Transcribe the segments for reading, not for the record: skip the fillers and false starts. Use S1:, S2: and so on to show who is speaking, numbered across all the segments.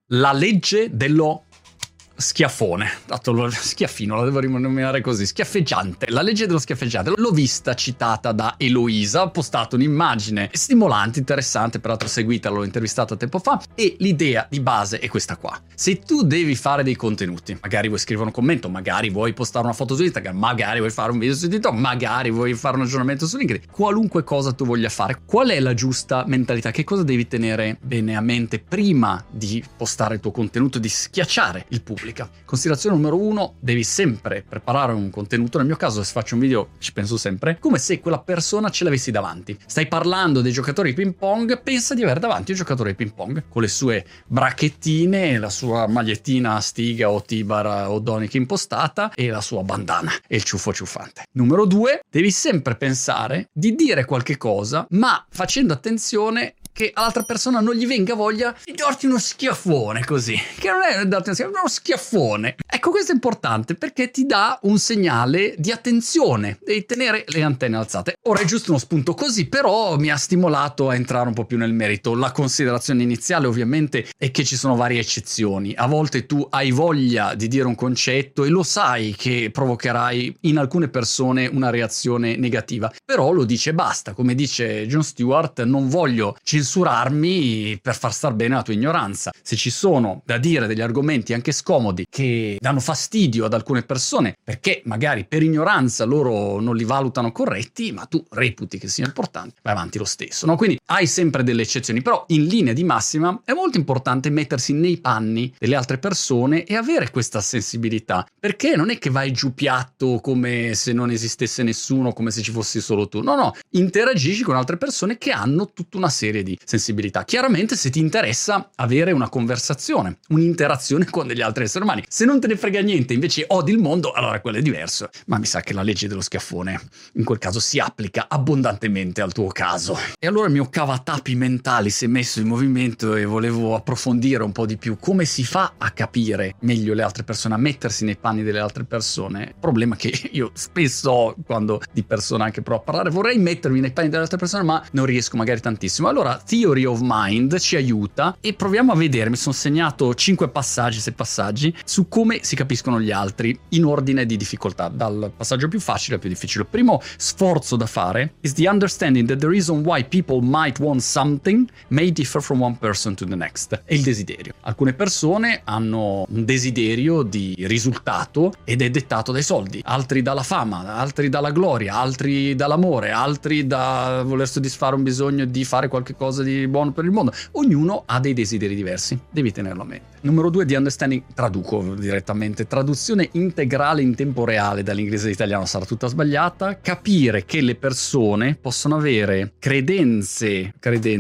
S1: La legge dello schiaffone, dato lo schiaffino, la devo rinominare così, schiaffeggiante, la legge dello schiaffeggiante. L'ho vista citata da Eloisa, ha postato un'immagine stimolante, interessante, peraltro seguita, l'ho intervistata tempo fa, e l'idea di base è questa qua. Se tu devi fare dei contenuti, magari vuoi scrivere un commento, magari vuoi postare una foto su Instagram, magari vuoi fare un video su TikTok, magari vuoi fare un aggiornamento su LinkedIn, qualunque cosa tu voglia fare, qual è la giusta mentalità? Che cosa devi tenere bene a mente prima di postare il tuo contenuto, di schiacciare il pubblico? Considerazione numero 1, devi sempre preparare un contenuto. Nel mio caso, se faccio un video, ci penso sempre, come se quella persona ce l'avessi davanti. Stai parlando dei giocatori di ping pong, pensa di avere davanti un giocatore di ping pong con le sue bracchettine, la sua magliettina a stiga o Tibar o Donic impostata e la sua bandana e il ciuffo ciuffante. Numero 2, devi sempre pensare di dire qualche cosa, ma facendo attenzione che all'altra persona non gli venga voglia di darti uno schiaffone così, che non è darti uno schiaffone. Ecco, questo è importante perché ti dà un segnale di attenzione, devi tenere le antenne alzate. Ora è giusto uno spunto così, però mi ha stimolato a entrare un po' più nel merito. La considerazione iniziale ovviamente è che ci sono varie eccezioni. A volte tu hai voglia di dire un concetto e lo sai che provocherai in alcune persone una reazione negativa, però lo dice e basta. Come dice Jon Stewart, non voglio censurarmi per far star bene la tua ignoranza. Se ci sono da dire degli argomenti anche scomodi che danno fastidio ad alcune persone perché magari per ignoranza loro non li valutano corretti, ma tu reputi che sia importante, vai avanti lo stesso, no? Quindi hai sempre delle eccezioni, però in linea di massima è molto importante mettersi nei panni delle altre persone e avere questa sensibilità, perché non è che vai giù piatto come se non esistesse nessuno, come se ci fossi solo tu. No, interagisci con altre persone che hanno tutta una serie di sensibilità. Chiaramente se ti interessa avere una conversazione, un'interazione con degli altri esseri umani. Se non te ne frega niente, invece odi il mondo, allora quello è diverso. Ma mi sa che la legge dello schiaffone in quel caso si applica abbondantemente al tuo caso. E allora il mio cavatapi mentale si è messo in movimento e volevo approfondire un po' di più come si fa a capire meglio le altre persone, a mettersi nei panni delle altre persone. Problema che io spesso ho quando di persona anche provo a parlare, vorrei mettermi nei panni delle altre persone ma non riesco magari tantissimo. Allora Theory of Mind ci aiuta e proviamo a vedere, mi sono segnato 6 passaggi su come si capiscono gli altri in ordine di difficoltà, dal passaggio più facile al più difficile. Il primo sforzo da fare is the understanding that the reason why people might want something may differ from one person to the next. È il desiderio. Alcune persone hanno un desiderio di risultato ed è dettato dai soldi, altri dalla fama, altri dalla gloria, altri dall'amore, altri da voler soddisfare un bisogno di fare qualche cosa di buono per il mondo. Ognuno ha dei desideri diversi, devi tenerlo a mente. Numero 2, di understanding, traduco direttamente, traduzione integrale in tempo reale dall'inglese all'italiano, sarà tutta sbagliata. Capire che le persone possono avere credenze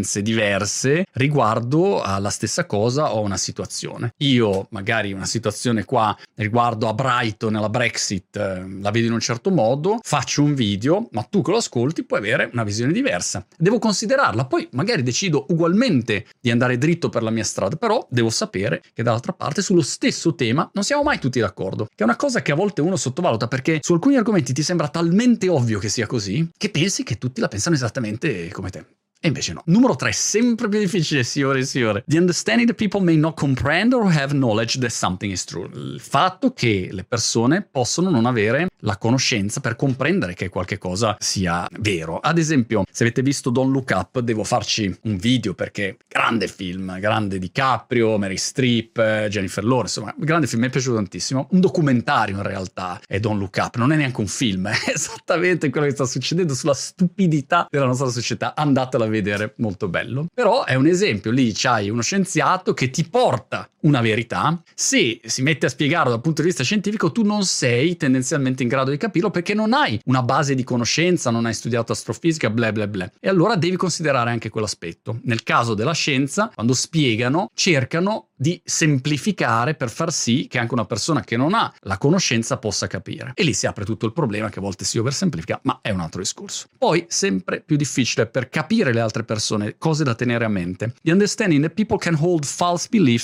S1: diverse riguardo alla stessa cosa o una situazione. Io magari una situazione qua riguardo a Brighton, alla Brexit, la vedo in un certo modo, faccio un video, ma tu che lo ascolti puoi avere una visione diversa. Devo considerarla, poi magari decido ugualmente di andare dritto per la mia strada, però devo sapere che dall'altra parte sullo stesso tema non siamo mai tutti d'accordo, che è una cosa che a volte uno sottovaluta, perché su alcuni argomenti ti sembra talmente ovvio che sia così che pensi che tutti la pensano esattamente come te. E invece no. Numero 3, sempre più difficile, signore e signore. The understanding that people may not comprehend or have knowledge that something is true. Il fatto che le persone possono non avere la conoscenza per comprendere che qualche cosa sia vero. Ad esempio, se avete visto Don't Look Up, devo farci un video perché grande film, grande DiCaprio, Mary Streep, Jennifer Lawrence, insomma, grande film, mi è piaciuto tantissimo. Un documentario in realtà è Don't Look Up, non è neanche un film, è esattamente quello che sta succedendo sulla stupidità della nostra società. Andatela a vedere, molto bello. Però è un esempio, lì c'hai uno scienziato che ti porta una verità, se si mette a spiegarlo dal punto di vista scientifico tu non sei tendenzialmente in grado di capirlo perché non hai una base di conoscenza, non hai studiato astrofisica, bla bla bla, e allora devi considerare anche quell'aspetto. Nel caso della scienza, quando spiegano, cercano di semplificare per far sì che anche una persona che non ha la conoscenza possa capire, e lì si apre tutto il problema che a volte si oversemplifica, ma è un altro discorso. Poi sempre più difficile per capire le altre persone, cose da tenere a mente. The understanding that people can hold false beliefs about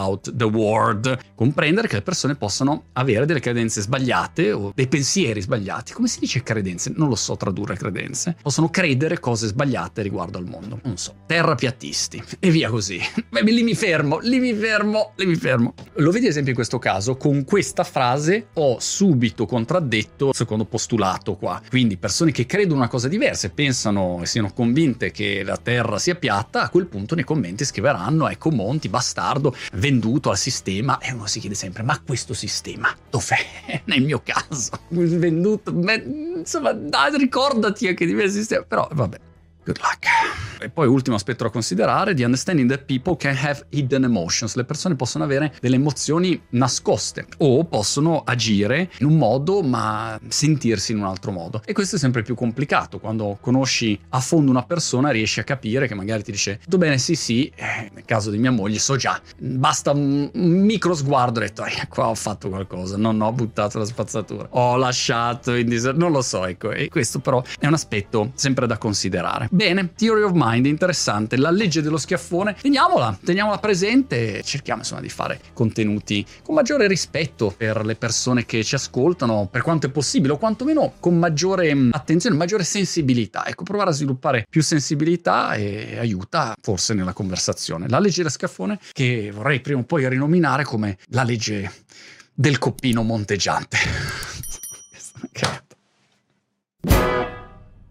S1: about the world. Comprendere che le persone possono avere delle credenze sbagliate o dei pensieri sbagliati. Come si dice credenze? Non lo so tradurre credenze. Possono credere cose sbagliate riguardo al mondo. Non so. Terrapiattisti. E via così. Beh, lì mi fermo. Lo vedi ad esempio in questo caso, con questa frase ho subito contraddetto il secondo postulato qua. Quindi persone che credono una cosa diversa e pensano e siano convinte che la Terra sia piatta, a quel punto nei commenti scriveranno: ecco Monti, bastardo, venduto al sistema. E uno si chiede sempre: ma questo sistema dov'è? Nel mio caso venduto, insomma, dai, ricordati anche di me sistema. Però vabbè, good luck. E poi ultimo aspetto da considerare: the understanding that people can have hidden emotions. Le persone possono avere delle emozioni nascoste o possono agire in un modo ma sentirsi in un altro modo, e questo è sempre più complicato. Quando conosci a fondo una persona riesci a capire che magari ti dice tutto bene, sì, nel caso di mia moglie so già, basta un micro sguardo, ho detto qua ho fatto qualcosa, non ho buttato la spazzatura, ho lasciato non lo so, ecco. E questo però è un aspetto sempre da considerare. Bene, theory of mind, interessante, la legge dello schiaffone, teniamola presente e cerchiamo insomma di fare contenuti con maggiore rispetto per le persone che ci ascoltano, per quanto è possibile, o quantomeno con maggiore attenzione, maggiore sensibilità. Ecco, provare a sviluppare più sensibilità e aiuta forse nella conversazione. La legge dello schiaffone, che vorrei prima o poi rinominare come la legge del coppino monteggiante.